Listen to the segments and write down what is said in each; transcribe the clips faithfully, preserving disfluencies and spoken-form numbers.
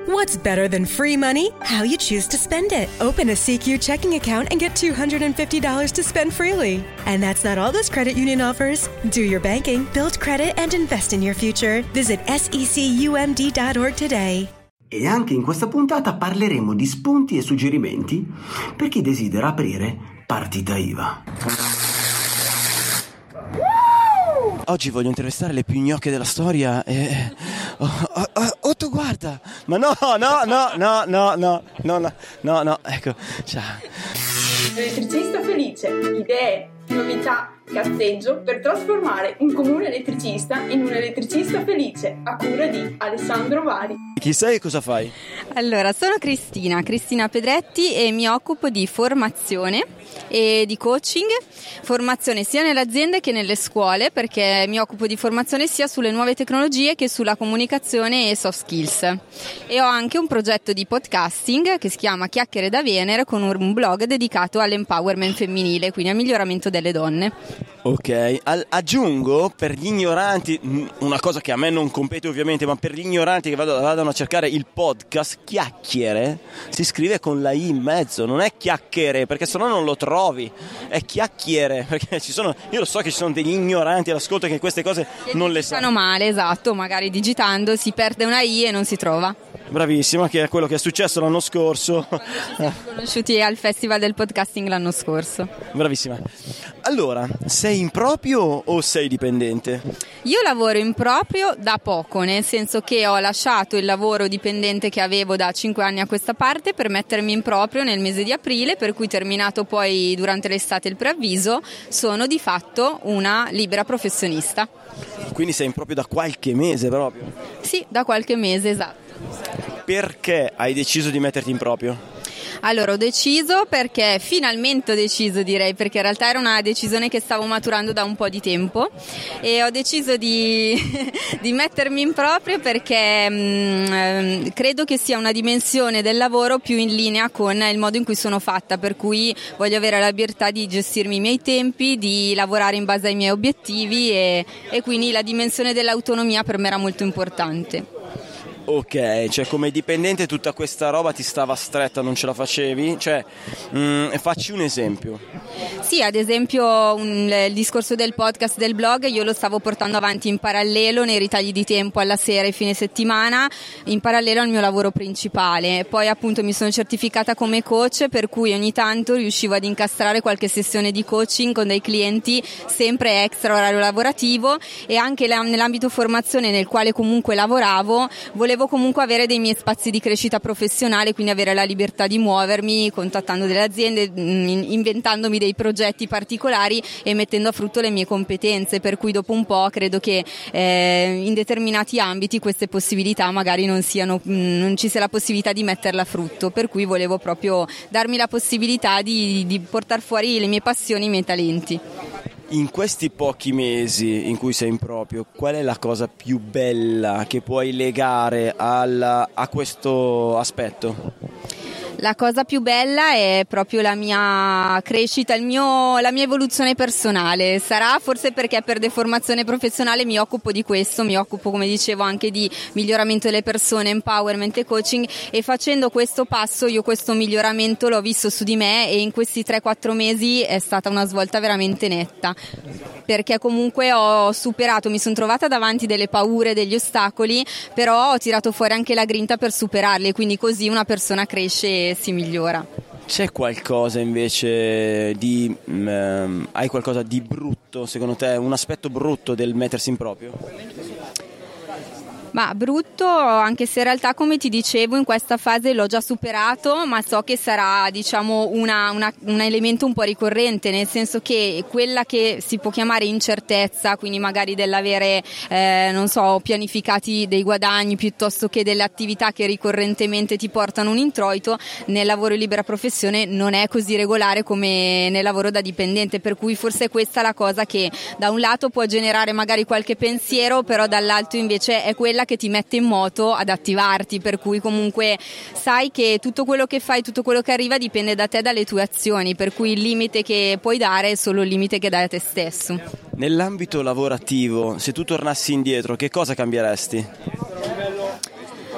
What's better than free money? How you choose to spend it. Open a C Q checking account and get two hundred fifty dollars to spend freely. And that's not all this credit union offers. Do your banking, build credit, and invest in your future. Visit S E C U M D dot org today. E anche in questa puntata parleremo di spunti e suggerimenti per chi desidera aprire partita I V A. Oggi voglio intervistare le più gnocche della storia e... Oh, oh, oh, oh, tu guarda! Ma no, no, no, no, no, no, no, no, no, no, ecco, ciao. Elettricista felice, idee, novità, cazzeggio per trasformare un comune elettricista in un elettricista felice, a cura di Alessandro Vari. Chi sei e cosa fai? Allora, sono Cristina, Cristina Pedretti e mi occupo di formazione e di coaching, formazione sia nelle aziende che nelle scuole, perché mi occupo di formazione sia sulle nuove tecnologie che sulla comunicazione e soft skills. E ho anche un progetto di podcasting che si chiama Chiacchiere da Venere, con un blog dedicato all'empowerment femminile, quindi al miglioramento delle donne. Ok, Al- aggiungo per gli ignoranti una cosa che a me non compete ovviamente, ma per gli ignoranti che vado, vadano a cercare il podcast, Chiacchiere si scrive con la I in mezzo, non è chiacchiere, perché sennò non lo trovi, è Chiacchiere, perché ci sono, io lo so che ci sono degli ignoranti all'ascolto che queste cose che non le sanno male, esatto, magari digitando si perde una I e non si trova. Bravissima, che è quello che è successo l'anno scorso. Quando ci siamo conosciuti al Festival del Podcasting l'anno scorso. Bravissima. Allora, sei in proprio o sei dipendente? Io lavoro in proprio da poco, nel senso che ho lasciato il lavoro dipendente che avevo da cinque anni a questa parte per mettermi in proprio nel mese di aprile, per cui terminato poi durante l'estate il preavviso, sono di fatto una libera professionista. Quindi sei in proprio da qualche mese proprio? Sì, da qualche mese, esatto. Perché hai deciso di metterti in proprio? Allora, ho deciso perché, finalmente ho deciso direi, perché in realtà era una decisione che stavo maturando da un po' di tempo, e ho deciso di, di mettermi in proprio perché mh, credo che sia una dimensione del lavoro più in linea con il modo in cui sono fatta, per cui voglio avere la libertà di gestirmi i miei tempi, di lavorare in base ai miei obiettivi e, e quindi la dimensione dell'autonomia per me era molto importante. Ok, cioè come dipendente tutta questa roba ti stava stretta, non ce la facevi? Cioè, mh, facci un esempio. Sì, ad esempio un, il discorso del podcast, del blog, io lo stavo portando avanti in parallelo nei ritagli di tempo alla sera e fine settimana, in parallelo al mio lavoro principale. Poi appunto mi sono certificata come coach, per cui ogni tanto riuscivo ad incastrare qualche sessione di coaching con dei clienti, sempre extra orario lavorativo, e anche la, nell'ambito formazione nel quale comunque lavoravo, volevo comunque avere dei miei spazi di crescita professionale, quindi avere la libertà di muovermi contattando delle aziende, inventandomi dei progetti particolari e mettendo a frutto le mie competenze, per cui dopo un po' credo che eh, in determinati ambiti queste possibilità magari non siano, non ci sia la possibilità di metterla a frutto, per cui volevo proprio darmi la possibilità di, di portare fuori le mie passioni, i miei talenti. In questi pochi mesi in cui sei in proprio, qual è la cosa più bella che puoi legare al, a questo aspetto? La cosa più bella è proprio la mia crescita, il mio, la mia evoluzione personale. Sarà forse perché per deformazione professionale mi occupo di questo, mi occupo, come dicevo, anche di miglioramento delle persone, empowerment e coaching, e facendo questo passo io questo miglioramento l'ho visto su di me, e in questi tre quattro mesi è stata una svolta veramente netta, perché comunque ho superato, mi sono trovata davanti delle paure, degli ostacoli, però ho tirato fuori anche la grinta per superarli, e quindi così una persona cresce e si migliora. C'è qualcosa invece di um, hai qualcosa di brutto secondo te, un aspetto brutto del mettersi in proprio? Ma brutto, anche se in realtà, come ti dicevo, in questa fase l'ho già superato, ma so che sarà, diciamo, una, una, un elemento un po' ricorrente, nel senso che quella che si può chiamare incertezza, quindi magari dell'avere, eh, non so, pianificati dei guadagni piuttosto che delle attività che ricorrentemente ti portano un introito, nel lavoro in libera professione non è così regolare come nel lavoro da dipendente, per cui forse questa è la cosa che da un lato può generare magari qualche pensiero, però dall'altro invece è quella che ti mette in moto ad attivarti, per cui comunque sai che tutto quello che fai, tutto quello che arriva dipende da te, dalle tue azioni, per cui il limite che puoi dare è solo il limite che dai a te stesso. Nell'ambito lavorativo, se tu tornassi indietro, che cosa cambieresti?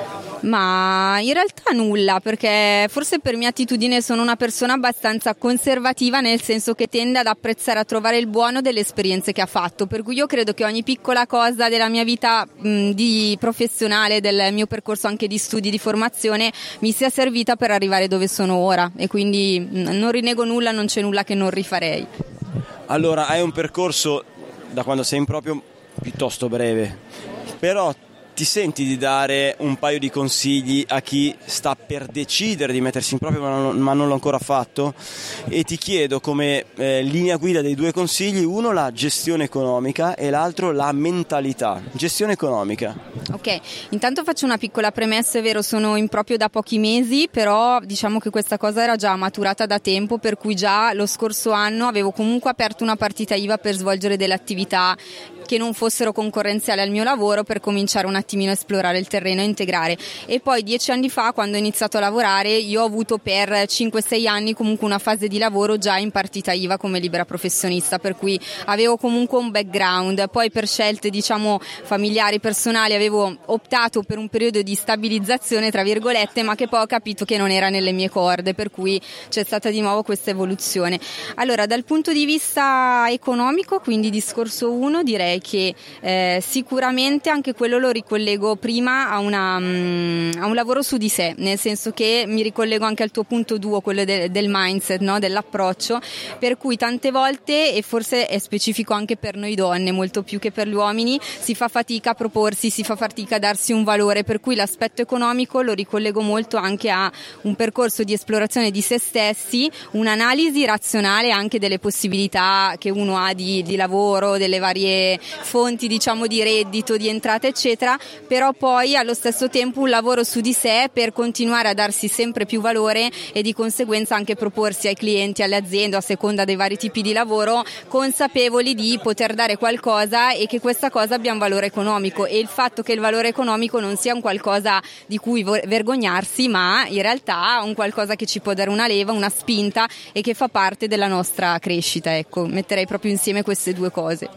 Ma in realtà nulla, perché forse per mia attitudine sono una persona abbastanza conservativa, nel senso che tende ad apprezzare, a trovare il buono delle esperienze che ha fatto, per cui io credo che ogni piccola cosa della mia vita mh, di professionale, del mio percorso anche di studi, di formazione, mi sia servita per arrivare dove sono ora, e quindi mh, non rinego nulla, non c'è nulla che non rifarei. Allora, hai un percorso da quando sei in proprio piuttosto breve, però ti senti di dare un paio di consigli a chi sta per decidere di mettersi in proprio ma non, ma non l'ha ancora fatto? E ti chiedo come eh, linea guida dei due consigli, uno la gestione economica e l'altro la mentalità. Gestione economica. Ok, intanto faccio una piccola premessa, è vero, sono in proprio da pochi mesi, però diciamo che questa cosa era già maturata da tempo, per cui già lo scorso anno avevo comunque aperto una partita I V A per svolgere delle attività che non fossero concorrenziali al mio lavoro, per cominciare un attimino a esplorare il terreno e integrare. E poi dieci anni fa, quando ho iniziato a lavorare, io ho avuto per cinque sei anni comunque una fase di lavoro già in partita I V A come libera professionista, per cui avevo comunque un background. Poi per scelte diciamo familiari, personali, avevo optato per un periodo di stabilizzazione tra virgolette, ma che poi ho capito che non era nelle mie corde, per cui c'è stata di nuovo questa evoluzione. Allora, dal punto di vista economico, quindi discorso uno, direi che eh, sicuramente anche quello lo ricollego prima a, una, um, a un lavoro su di sé, nel senso che mi ricollego anche al tuo punto duo, quello de- del mindset, no? Dell'approccio, per cui tante volte, e forse è specifico anche per noi donne molto più che per gli uomini, si fa fatica a proporsi, si fa fatica a darsi un valore, per cui l'aspetto economico lo ricollego molto anche a un percorso di esplorazione di se stessi, un'analisi razionale anche delle possibilità che uno ha di, di lavoro, delle varie fonti diciamo di reddito, di entrata eccetera, però poi allo stesso tempo un lavoro su di sé per continuare a darsi sempre più valore e di conseguenza anche proporsi ai clienti, alle aziende, a seconda dei vari tipi di lavoro, consapevoli di poter dare qualcosa e che questa cosa abbia un valore economico, e il fatto che il valore economico non sia un qualcosa di cui vergognarsi, ma in realtà un qualcosa che ci può dare una leva, una spinta e che fa parte della nostra crescita. Ecco, metterei proprio insieme queste due cose.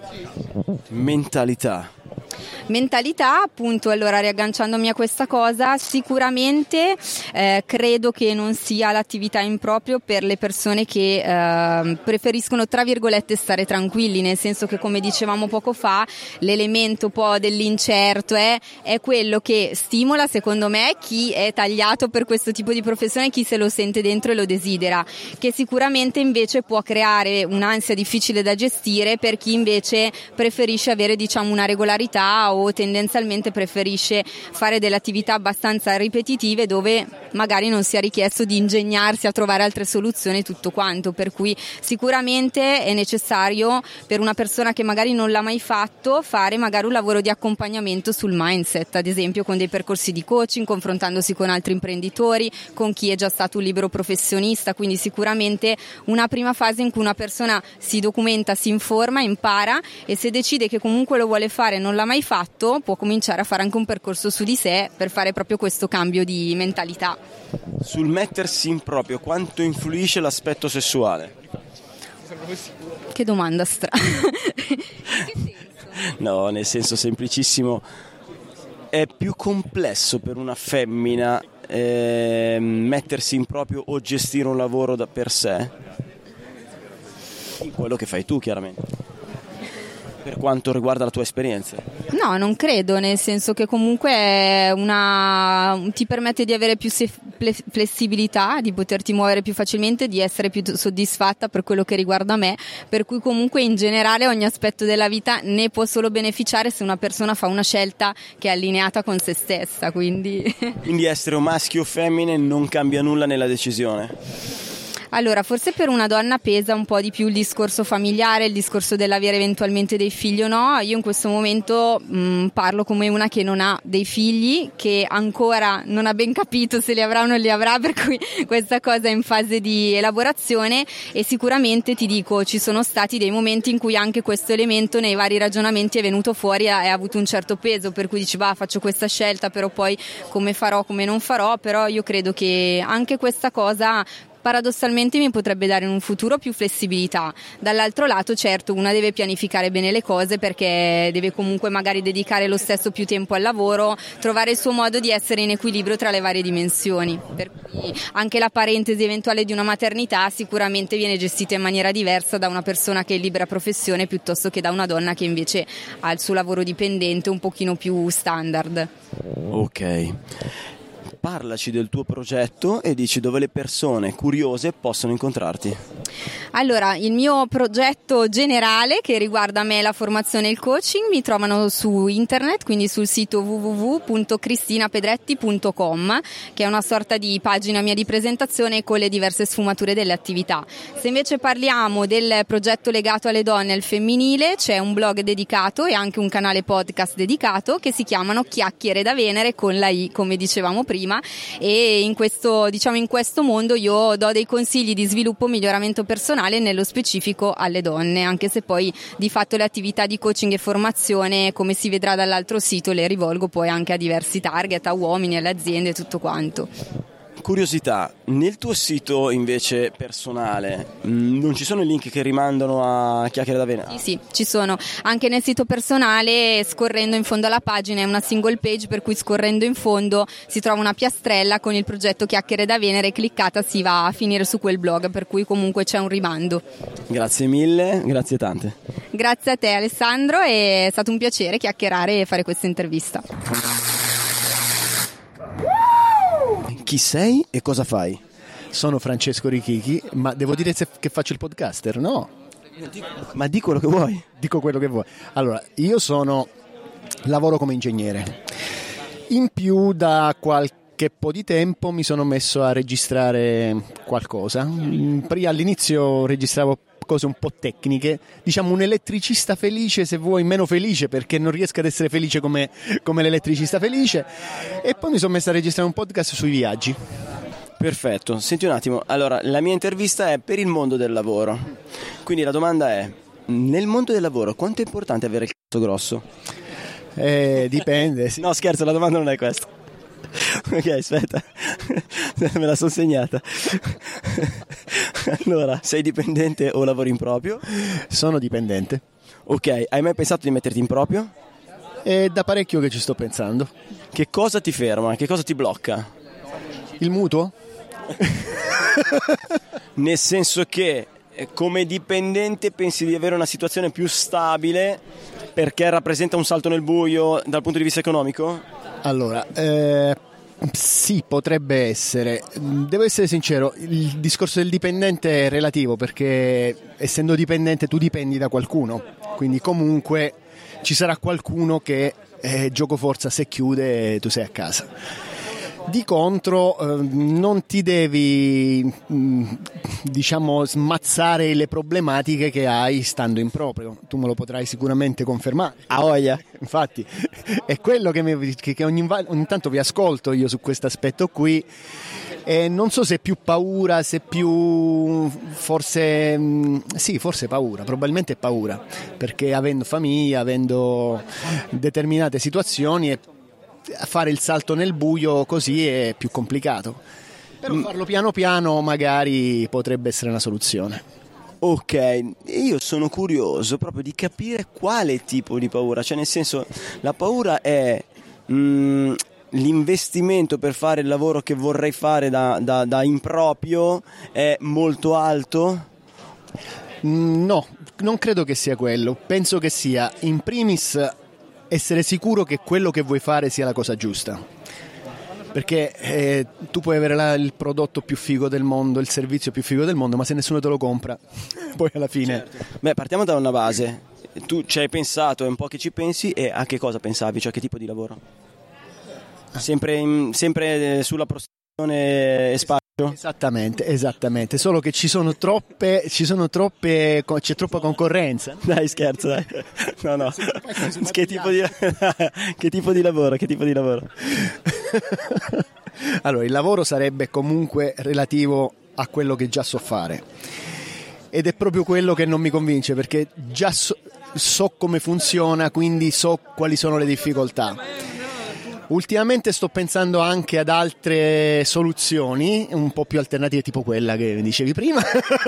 Mentalità. Mentalità, appunto, allora riagganciandomi a questa cosa, sicuramente eh, credo che non sia l'attività in proprio per le persone che eh, preferiscono tra virgolette stare tranquilli, nel senso che, come dicevamo poco fa, l'elemento un po' dell'incerto è, è quello che stimola secondo me chi è tagliato per questo tipo di professione, chi se lo sente dentro e lo desidera, che sicuramente invece può creare un'ansia difficile da gestire per chi invece preferisce avere diciamo una regolarità o tendenzialmente preferisce fare delle attività abbastanza ripetitive dove magari non sia richiesto di ingegnarsi a trovare altre soluzioni e tutto quanto, per cui sicuramente è necessario per una persona che magari non l'ha mai fatto fare magari un lavoro di accompagnamento sul mindset, ad esempio con dei percorsi di coaching, confrontandosi con altri imprenditori, con chi è già stato un libero professionista, quindi sicuramente una prima fase in cui una persona si documenta, si informa, impara, e se decide che comunque lo vuole fare e non l'ha mai fatto, può cominciare a fare anche un percorso su di sé per fare proprio questo cambio di mentalità. Sul mettersi in proprio, quanto influisce l'aspetto sessuale? Che domanda strana. No, nel senso semplicissimo, è più complesso per una femmina eh, mettersi in proprio o gestire un lavoro da per sé? Quello che fai tu, chiaramente. Per quanto riguarda la tua esperienza? No, non credo, nel senso che comunque è una, ti permette di avere più flessibilità, di poterti muovere più facilmente, di essere più soddisfatta per quello che riguarda me, per cui comunque in generale ogni aspetto della vita ne può solo beneficiare se una persona fa una scelta che è allineata con se stessa, quindi... Quindi essere o maschio o femmine non cambia nulla nella decisione? Allora, forse per una donna pesa un po' di più il discorso familiare, il discorso dell'avere eventualmente dei figli o no. Io in questo momento mh, parlo come una che non ha dei figli, che ancora non ha ben capito se li avrà o non li avrà, per cui questa cosa è in fase di elaborazione, e sicuramente ti dico, ci sono stati dei momenti in cui anche questo elemento nei vari ragionamenti è venuto fuori e ha avuto un certo peso, per cui dici va, faccio questa scelta, però poi come farò, come non farò, però io credo che anche questa cosa paradossalmente mi potrebbe dare in un futuro più flessibilità. Dall'altro lato, certo, una deve pianificare bene le cose, perché deve comunque magari dedicare lo stesso più tempo al lavoro, trovare il suo modo di essere in equilibrio tra le varie dimensioni, per cui anche la parentesi eventuale di una maternità sicuramente viene gestita in maniera diversa da una persona che è in libera professione piuttosto che da una donna che invece ha il suo lavoro dipendente un pochino più standard. Ok. Parlaci del tuo progetto e dici dove le persone curiose possono incontrarti. Allora, il mio progetto generale che riguarda me, la formazione e il coaching, mi trovano su internet, quindi sul sito w w w punto cristina pedretti punto com, che è una sorta di pagina mia di presentazione con le diverse sfumature delle attività. Se invece parliamo del progetto legato alle donne e al femminile, c'è un blog dedicato e anche un canale podcast dedicato che si chiamano Chiacchiere da Venere con la I, come dicevamo prima, e in questo, diciamo, in questo mondo io do dei consigli di sviluppo, miglioramento personale, nello specifico alle donne, anche se poi di fatto le attività di coaching e formazione, come si vedrà dall'altro sito, le rivolgo poi anche a diversi target, a uomini, alle aziende e tutto quanto. Curiosità, nel tuo sito invece personale non ci sono i link che rimandano a Chiacchiere da Venere? Sì, sì, ci sono. Anche nel sito personale, scorrendo in fondo alla pagina, è una single page, per cui scorrendo in fondo si trova una piastrella con il progetto Chiacchiere da Venere, cliccata si va a finire su quel blog, per cui comunque c'è un rimando. Grazie mille, grazie tante. Grazie a te Alessandro, è stato un piacere chiacchierare e fare questa intervista. Chi sei e cosa fai? Sono Francesco Richichi, ma devo dire che faccio il podcaster, no? Ma di quello che vuoi. Dico quello che vuoi. Allora, io sono lavoro come ingegnere. In più da qualche po' di tempo mi sono messo a registrare qualcosa. Prima all'inizio registravo cose un po' tecniche, diciamo un elettricista felice, se vuoi meno felice, perché non riesco ad essere felice come, come l'elettricista felice, e poi mi sono messo a registrare un podcast sui viaggi. Perfetto, senti un attimo, allora la mia intervista è per il mondo del lavoro, quindi la domanda è: nel mondo del lavoro quanto è importante avere il cazzo grosso? Eh, dipende, sì. No, scherzo, la domanda non è questa. Ok, aspetta, me la sono segnata. Allora, sei dipendente o lavori in proprio? Sono dipendente. Ok, hai mai pensato di metterti in proprio? È da parecchio che ci sto pensando. Che cosa ti ferma? Che cosa ti blocca? Il mutuo? Nel senso che come dipendente pensi di avere una situazione più stabile perché rappresenta un salto nel buio dal punto di vista economico? Allora, eh, sì, potrebbe essere. Devo essere sincero, il discorso del dipendente è relativo, perché essendo dipendente tu dipendi da qualcuno, quindi comunque ci sarà qualcuno che eh, gioco forza, se chiude tu sei a casa. Di contro eh, non ti devi mh, diciamo smazzare le problematiche che hai stando in proprio. Tu me lo potrai sicuramente confermare. A voglia. Infatti è quello che, mi, che, che ogni, ogni tanto vi ascolto io su questo aspetto qui, e non so se è più paura, se è più forse mh, sì, forse paura, probabilmente è paura, perché avendo famiglia, avendo determinate situazioni, è fare il salto nel buio così è più complicato, però farlo piano piano magari potrebbe essere una soluzione. Ok, io sono curioso proprio di capire quale tipo di paura, cioè nel senso, la paura è mh, l'investimento per fare il lavoro che vorrei fare da, da, da improprio è molto alto? No, non credo che sia quello, penso che sia in primis essere sicuro che quello che vuoi fare sia la cosa giusta, perché eh, tu puoi avere la, il prodotto più figo del mondo, il servizio più figo del mondo, ma se nessuno te lo compra poi alla fine certo. Beh, partiamo da una base, tu ci hai pensato, è un po' che ci pensi, e a che cosa pensavi, cioè che tipo di lavoro? Sempre, in, sempre sulla prostituzione e spazio? Esattamente, esattamente, solo che ci sono troppe, ci sono troppe, c'è troppa concorrenza. Dai, scherzo, dai. No, no. Che tipo di, che tipo di lavoro, che tipo di lavoro? Allora, il lavoro sarebbe comunque relativo a quello che già so fare, ed è proprio quello che non mi convince, perché già so, so come funziona, quindi so quali sono le difficoltà. Ultimamente sto pensando anche ad altre soluzioni un po' più alternative, tipo quella che dicevi prima.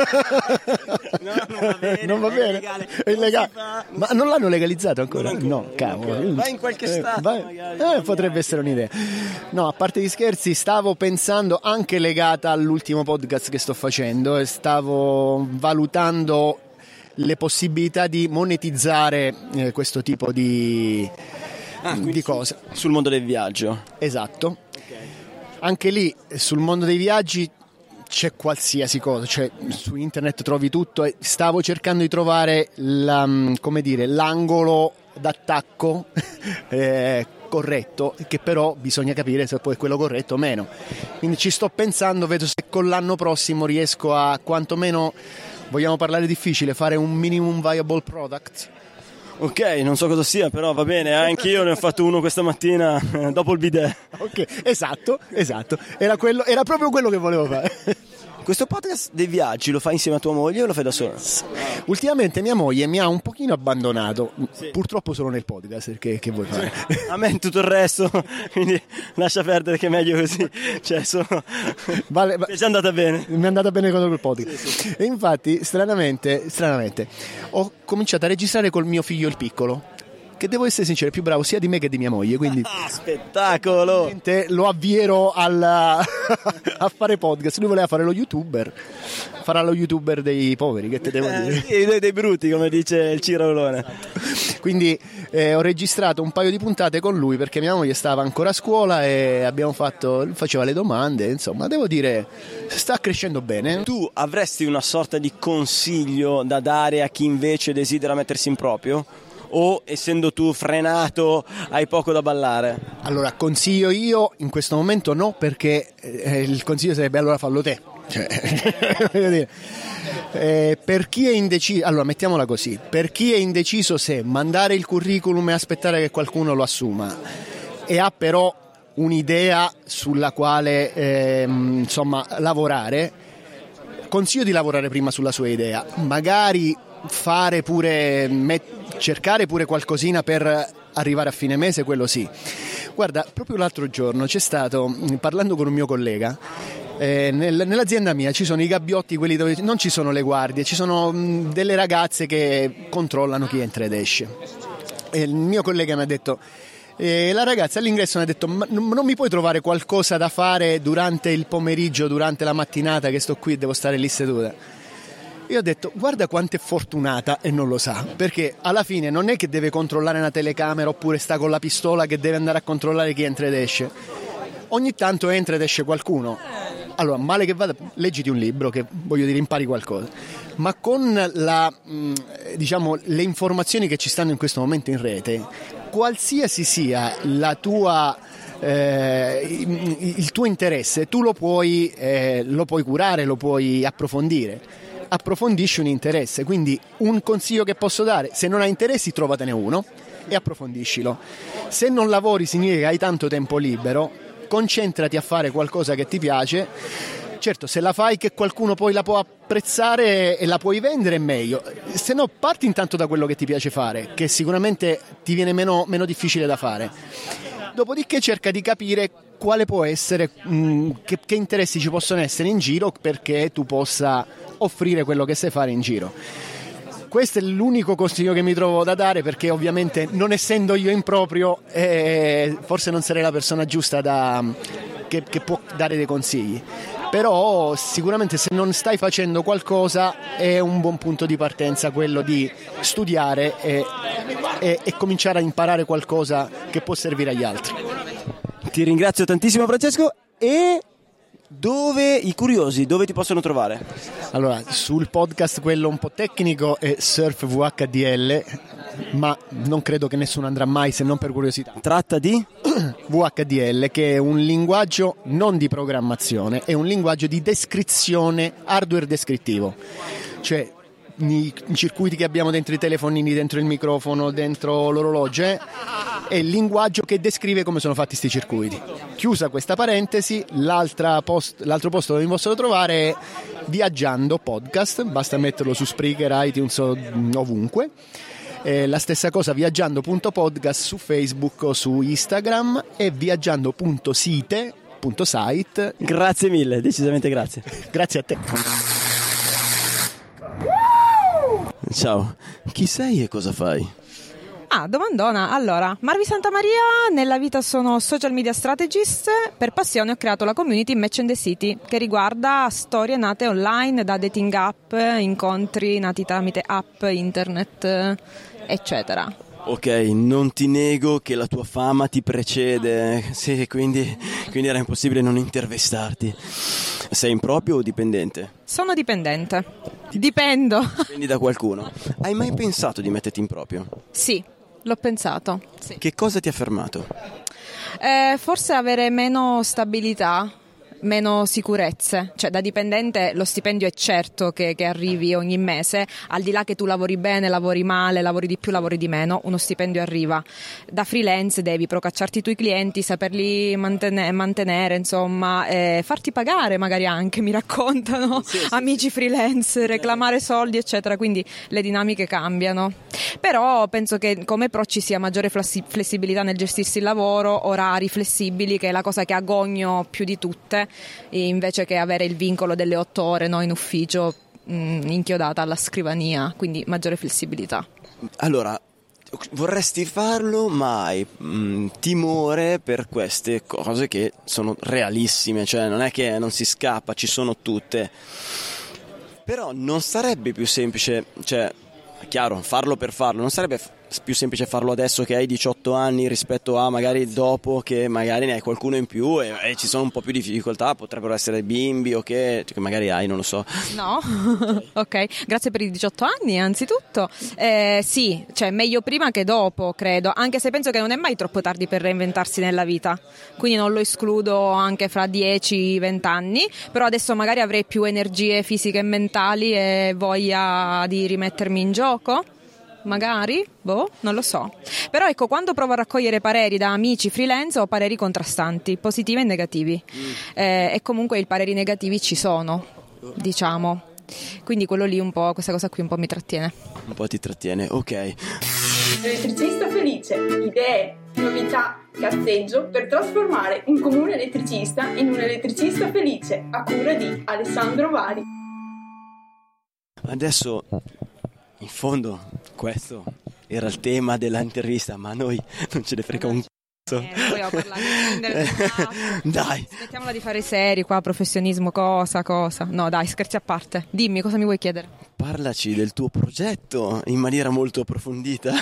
No, non va bene, non va è bene. illegale. È illegale. Non Ma non l'hanno legalizzato ancora? Non ancora, No, non cavolo. ancora. Vai in qualche stato, Eh, vai- magari. eh, potrebbe essere un'idea. No, a parte gli scherzi, stavo pensando, anche legata all'ultimo podcast che sto facendo, e stavo valutando le possibilità di monetizzare eh, questo tipo di, Ah, quindi di cose. Sul mondo del viaggio. Esatto. Anche lì sul mondo dei viaggi c'è qualsiasi cosa, cioè su internet trovi tutto e stavo cercando di trovare la, come dire, l'angolo d'attacco eh, corretto, che però bisogna capire se poi è quello corretto o meno. Quindi ci sto pensando, vedo se con l'anno prossimo riesco a, quantomeno, vogliamo parlare difficile, fare un minimum viable product. Ok, non so cosa sia, però va bene, anche io ne ho fatto uno questa mattina eh, dopo il bidet. Ok, esatto, esatto. Era, quello, era proprio quello che volevo fare. Questo podcast dei viaggi lo fai insieme a tua moglie o lo fai da sola? Ultimamente mia moglie mi ha un pochino abbandonato, purtroppo solo nel podcast, perché che vuoi fare? A me tutto il resto, quindi lascia perdere che è meglio così. Cioè, sono... Vale, va- è già andata bene. mi è andata bene con il podcast. E infatti, stranamente, stranamente, ho cominciato a registrare col mio figlio il piccolo, che devo essere sincero, è più bravo sia di me che di mia moglie, quindi Ah, spettacolo! lo avviero alla- a fare podcast. Lui voleva fare lo youtuber, farà lo youtuber dei poveri, che te devo Eh, dire. sì, dei, dei brutti, come dice il Cirolone. Quindi eh, ho registrato un paio di puntate con lui perché mia moglie stava ancora a scuola e abbiamo fatto, faceva le domande, insomma, devo dire sta crescendo bene. Tu avresti una sorta di consiglio da dare a chi invece desidera mettersi in proprio? O, essendo tu frenato, hai poco da ballare? Allora, consiglio io in questo momento no, perché eh, il consiglio sarebbe allora fallo te. Cioè, voglio dire, eh, per chi è indeciso, allora mettiamola così, per chi è indeciso se mandare il curriculum e aspettare che qualcuno lo assuma e ha però un'idea sulla quale eh, insomma lavorare, consiglio di lavorare prima sulla sua idea, magari fare pure met- cercare pure qualcosina per arrivare a fine mese, quello sì. Guarda, proprio l'altro giorno c'è stato, parlando con un mio collega, eh, nel, nell'azienda mia ci sono i gabbiotti, quelli dove non ci sono le guardie, ci sono mh, delle ragazze che controllano chi entra ed esce. E il mio collega mi ha detto, e la ragazza all'ingresso mi ha detto, ma non mi puoi trovare qualcosa da fare durante il pomeriggio, durante la mattinata che sto qui e devo stare lì seduta? Io ho detto, guarda quanto è fortunata e non lo sa, perché alla fine non è che deve controllare una telecamera oppure sta con la pistola che deve andare a controllare chi entra ed esce. Ogni tanto entra ed esce qualcuno. Allora, male che vada, leggiti un libro, che voglio dire, impari qualcosa. Ma con la, diciamo, le informazioni che ci stanno in questo momento in rete, qualsiasi sia la tua... Eh, il tuo interesse, tu lo puoi, eh, lo puoi curare, lo puoi approfondire. Approfondisci un interesse, quindi un consiglio che posso dare: se non hai interessi trovatene uno e approfondiscilo. Se non lavori significa che hai tanto tempo libero, concentrati a fare qualcosa che ti piace. Certo, se la fai che qualcuno poi la può apprezzare e la puoi vendere è meglio, se no parti intanto da quello che ti piace fare, che sicuramente ti viene meno, meno difficile da fare. Dopodiché cerca di capire quale può essere, mh, che, che interessi ci possono essere in giro perché tu possa offrire quello che sai fare in giro. Questo è l'unico consiglio che mi trovo da dare, perché ovviamente non essendo io in proprio eh, forse non sarei la persona giusta da, che, che può dare dei consigli, però sicuramente se non stai facendo qualcosa è un buon punto di partenza quello di studiare e, e, e cominciare a imparare qualcosa che può servire agli altri. Ti ringrazio tantissimo, Francesco. E dove i curiosi, dove ti possono trovare? Allora, sul podcast quello un po' tecnico è Surf V H D L, ma non credo che nessuno andrà mai se non per curiosità. Tratta di? V H D L, che è un linguaggio non di programmazione, è un linguaggio di descrizione, hardware descrittivo. Cioè i circuiti che abbiamo dentro i telefonini, dentro il microfono, dentro l'orologio, eh, è il linguaggio che descrive come sono fatti questi circuiti. Chiusa questa parentesi, l'altra post, l'altro posto dove mi possono trovare è Viaggiando Podcast, basta metterlo su Spreaker, iTunes, ovunque. Eh, la stessa cosa viaggiando punto podcast su Facebook o su Instagram e viaggiando punto site punto site. Grazie mille, decisamente grazie. Grazie a te. Ciao, chi sei e cosa fai? Ah, domandona. Allora, Marvi Santamaria, nella vita sono social media strategist, per passione ho creato la community Match and the City, che riguarda storie nate online da dating app, incontri nati tramite app, internet, eccetera. Ok, non ti nego che la tua fama ti precede, sì, quindi, quindi era impossibile non intervistarti. Sei improprio o dipendente? Sono dipendente. Dipendo. Dipendi da qualcuno. Hai mai pensato di metterti in proprio? Sì, l'ho pensato. Sì. Che cosa ti ha fermato? Eh, forse avere meno stabilità, meno sicurezze. Cioè, da dipendente lo stipendio è certo che, che arrivi ogni mese, al di là che tu lavori bene, lavori male, lavori di più, lavori di meno, uno stipendio arriva. Da freelance devi procacciarti i tuoi clienti, saperli mantene- mantenere, insomma, eh, farti pagare magari anche, mi raccontano sì, sì, amici sì. freelance, reclamare soldi, eccetera, quindi le dinamiche cambiano. Però penso che come pro ci sia maggiore flessi- flessibilità nel gestirsi il lavoro, orari flessibili, che è la cosa che agogno più di tutte, invece che avere il vincolo delle otto ore, no, in ufficio, mh, inchiodata alla scrivania, quindi maggiore flessibilità. Allora, vorresti farlo, ma hai mh, timore per queste cose che sono realissime, cioè non è che non si scappa, ci sono tutte. Però non sarebbe più semplice, cioè, chiaro, farlo per farlo, non sarebbe f- più semplice farlo adesso che hai diciotto anni rispetto a magari dopo che magari ne hai qualcuno in più e, e ci sono un po' più di difficoltà, potrebbero essere bimbi o che, che magari hai, non lo so. No, ok, grazie per i diciotto anni anzitutto. Eh, sì, cioè meglio prima che dopo, credo, anche se penso che non è mai troppo tardi per reinventarsi nella vita, quindi non lo escludo anche fra dieci venti anni, però adesso magari avrei più energie fisiche e mentali e voglia di rimettermi in gioco. Magari, boh, non lo so. Però ecco, quando provo a raccogliere pareri da amici freelance ho pareri contrastanti, positivi e negativi. Mm. Eh, e comunque i pareri negativi ci sono, diciamo. Quindi quello lì un po', questa cosa qui un po' mi trattiene. Un po' ti trattiene, ok. Elettricista felice, idee, novità, cazzeggio per trasformare un comune elettricista in un elettricista felice, a cura di Alessandro Vari. Adesso, in fondo, questo era il tema dell'intervista, ma a noi non ce ne frega un c***o. Eh, poi ho parlato del Dai. Smettiamola di fare seri qua, professionismo, cosa, cosa. No, dai, scherzi a parte. Dimmi, cosa mi vuoi chiedere? Parlaci del tuo progetto in maniera molto approfondita.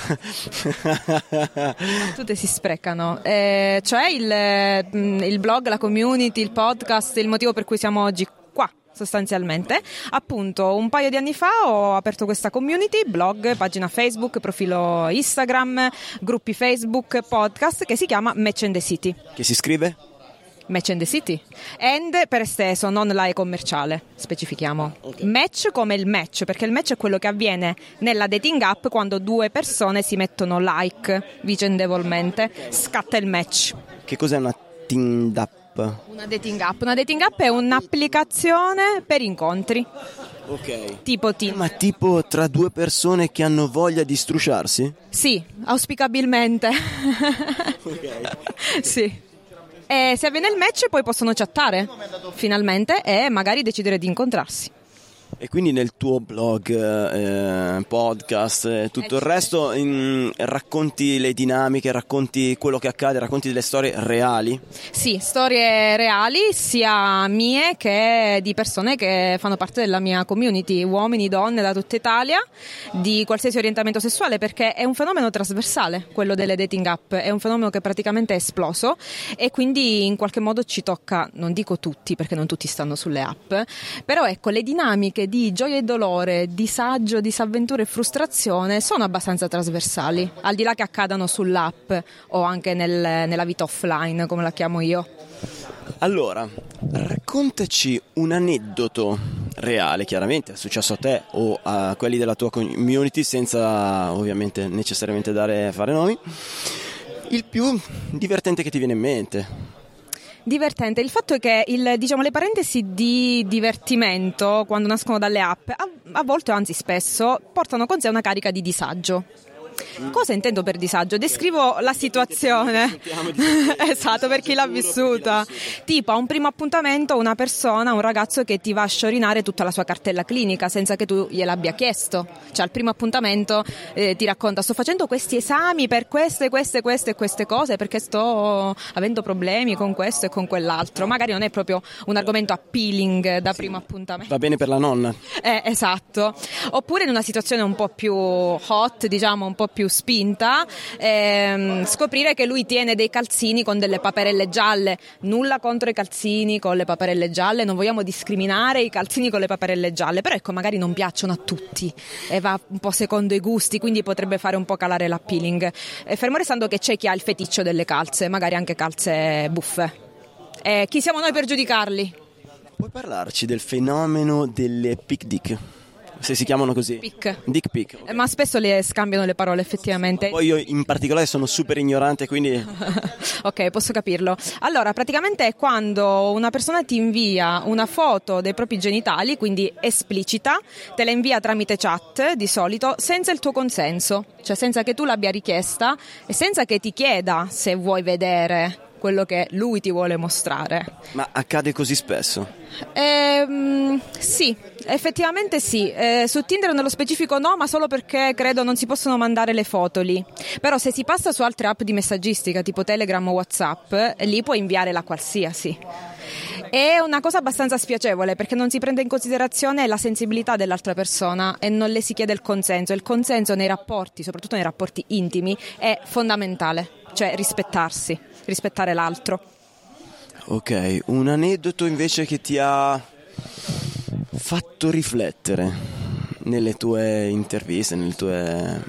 Tutte si sprecano. Eh, cioè il, il blog, la community, il podcast, il motivo per cui siamo oggi qua. Sostanzialmente, appunto, un paio di anni fa ho aperto questa community, blog, pagina Facebook, profilo Instagram, gruppi Facebook, podcast, che si chiama Match and the City. Che si scrive? Match and the City. And per esteso, non la e commerciale, specifichiamo. Okay. Match come il match, perché il match è quello che avviene nella dating app quando due persone si mettono like vicendevolmente, okay. Scatta il match. Che cos'è una dating app? Una dating app. Una dating app è un'applicazione per incontri. Ok. Tipo Tinder. Ma tipo tra due persone che hanno voglia di strusciarsi? Sì, auspicabilmente. Ok. Sì. E se avviene il match poi possono chattare finalmente e magari decidere di incontrarsi. E quindi nel tuo blog, eh, podcast e eh, tutto eh, il resto in, racconti le dinamiche, racconti quello che accade, racconti delle storie reali? Sì, storie reali sia mie che di persone che fanno parte della mia community, uomini, donne da tutta Italia, di qualsiasi orientamento sessuale, perché è un fenomeno trasversale quello delle dating app, è un fenomeno che praticamente è esploso e quindi in qualche modo ci tocca, non dico tutti perché non tutti stanno sulle app, però ecco le dinamiche di gioia e dolore, disagio, disavventura e frustrazione sono abbastanza trasversali, al di là che accadano sull'app o anche nel, nella vita offline, come la chiamo io. Allora, raccontaci un aneddoto reale, chiaramente è successo a te o a quelli della tua community, senza ovviamente necessariamente dare fare nomi, il più divertente che ti viene in mente. Divertente, il fatto è che il, diciamo, le parentesi di divertimento quando nascono dalle app a, a volte o anzi spesso portano con sé una carica di disagio. Cosa intendo per disagio? Descrivo la situazione. Esatto, per chi l'ha vissuta. Tipo, a un primo appuntamento una persona, un ragazzo che ti va a sciorinare tutta la sua cartella clinica senza che tu gliel'abbia chiesto. Cioè al primo appuntamento eh, ti racconta: sto facendo questi esami per queste, queste, queste e queste cose perché sto avendo problemi con questo e con quell'altro. Magari non è proprio un argomento appealing da primo appuntamento. Va bene per la nonna. Eh, esatto. Oppure in una situazione un po' più hot, diciamo un po' più spinta, ehm, scoprire che lui tiene dei calzini con delle paperelle gialle. Nulla contro i calzini con le paperelle gialle, non vogliamo discriminare i calzini con le paperelle gialle, però ecco, magari non piacciono a tutti e va un po' secondo i gusti, quindi potrebbe fare un po' calare l'appealing. E fermo restando che c'è chi ha il feticcio delle calze, magari anche calze buffe. E chi siamo noi per giudicarli? Puoi parlarci del fenomeno delle pic dick? Se si chiamano così? Pic. Dick pic. Okay. Ma spesso le scambiano le parole effettivamente. Poi io in particolare sono super ignorante, quindi... Ok, posso capirlo. Allora, praticamente è quando una persona ti invia una foto dei propri genitali, quindi esplicita, te la invia tramite chat di solito, senza il tuo consenso, cioè senza che tu l'abbia richiesta e senza che ti chieda se vuoi vedere quello che lui ti vuole mostrare. Ma accade così spesso? Ehm, sì, effettivamente sì. Eh, su Tinder nello specifico no, ma solo perché credo non si possono mandare le foto lì. Però se si passa su altre app di messaggistica tipo Telegram o WhatsApp, lì puoi inviare la qualsiasi. È una cosa abbastanza spiacevole perché non si prende in considerazione la sensibilità dell'altra persona e non le si chiede il consenso. Il consenso nei rapporti, soprattutto nei rapporti intimi, è fondamentale, cioè rispettarsi, rispettare l'altro. Ok, un aneddoto invece che ti ha fatto riflettere nelle tue interviste, nelle tue...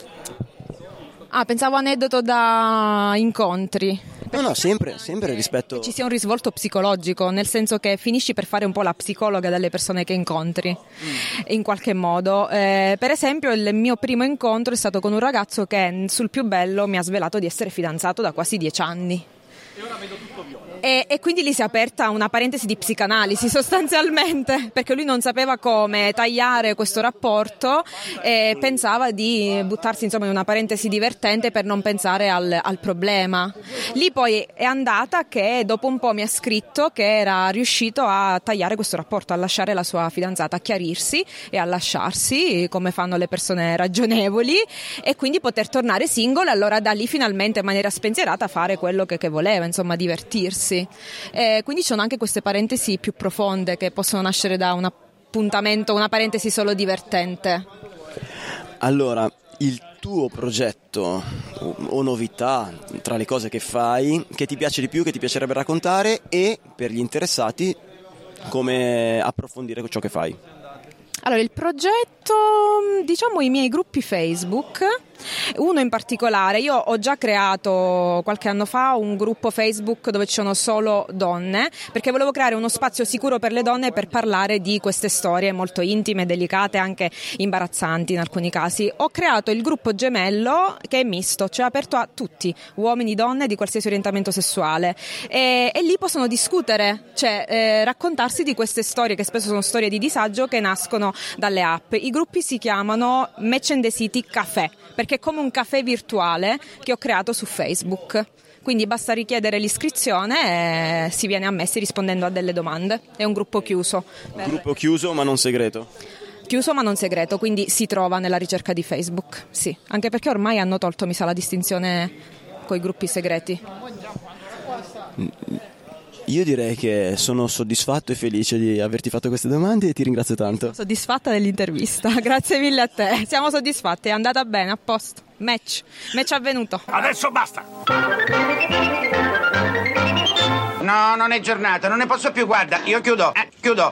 Ah, pensavo aneddoto da incontri. No, no, sempre, sempre rispetto... Ci sia un risvolto psicologico, nel senso che finisci per fare un po' la psicologa delle persone che incontri, mm. in qualche modo. Eh, per esempio, il mio primo incontro è stato con un ragazzo che sul più bello mi ha svelato di essere fidanzato da quasi dieci anni. E ora vedo tutto viola. E, e quindi lì si è aperta una parentesi di psicanalisi sostanzialmente, perché lui non sapeva come tagliare questo rapporto e pensava di buttarsi insomma in una parentesi divertente per non pensare al, al problema. Lì poi è andata che dopo un po' mi ha scritto che era riuscito a tagliare questo rapporto, a lasciare la sua fidanzata, a chiarirsi e a lasciarsi come fanno le persone ragionevoli e quindi poter tornare single. Allora da lì finalmente in maniera spensierata fare quello che, che voleva, insomma divertirsi. Eh, quindi ci sono anche queste parentesi più profonde che possono nascere da un appuntamento, una parentesi solo divertente. Allora, il tuo progetto o, o novità tra le cose che fai, che ti piace di più, che ti piacerebbe raccontare e per gli interessati come approfondire ciò che fai? Allora, il progetto, diciamo i miei gruppi Facebook, uno in particolare, io ho già creato qualche anno fa un gruppo Facebook dove ci sono solo donne, perché volevo creare uno spazio sicuro per le donne per parlare di queste storie molto intime, delicate, anche imbarazzanti in alcuni casi. Ho creato il gruppo gemello che è misto, cioè aperto a tutti, uomini, donne, di qualsiasi orientamento sessuale e, e lì possono discutere, cioè eh, raccontarsi di queste storie che spesso sono storie di disagio che nascono dalle app. I gruppi si chiamano Match and the City Café, perché è come un caffè virtuale che ho creato su Facebook. Quindi basta richiedere l'iscrizione e si viene ammessi rispondendo a delle domande. È un gruppo chiuso. Un gruppo chiuso ma non segreto. Chiuso ma non segreto, quindi si trova nella ricerca di Facebook. Sì, anche perché ormai hanno tolto, mi sa, la distinzione con i gruppi segreti. Io direi che sono soddisfatto e felice di averti fatto queste domande e ti ringrazio tanto. Sono soddisfatta dell'intervista, grazie mille a te. Siamo soddisfatti, è andata bene, a posto. Match, match avvenuto. Adesso basta. No, non è giornata, non ne posso più, guarda, io chiudo, eh, chiudo.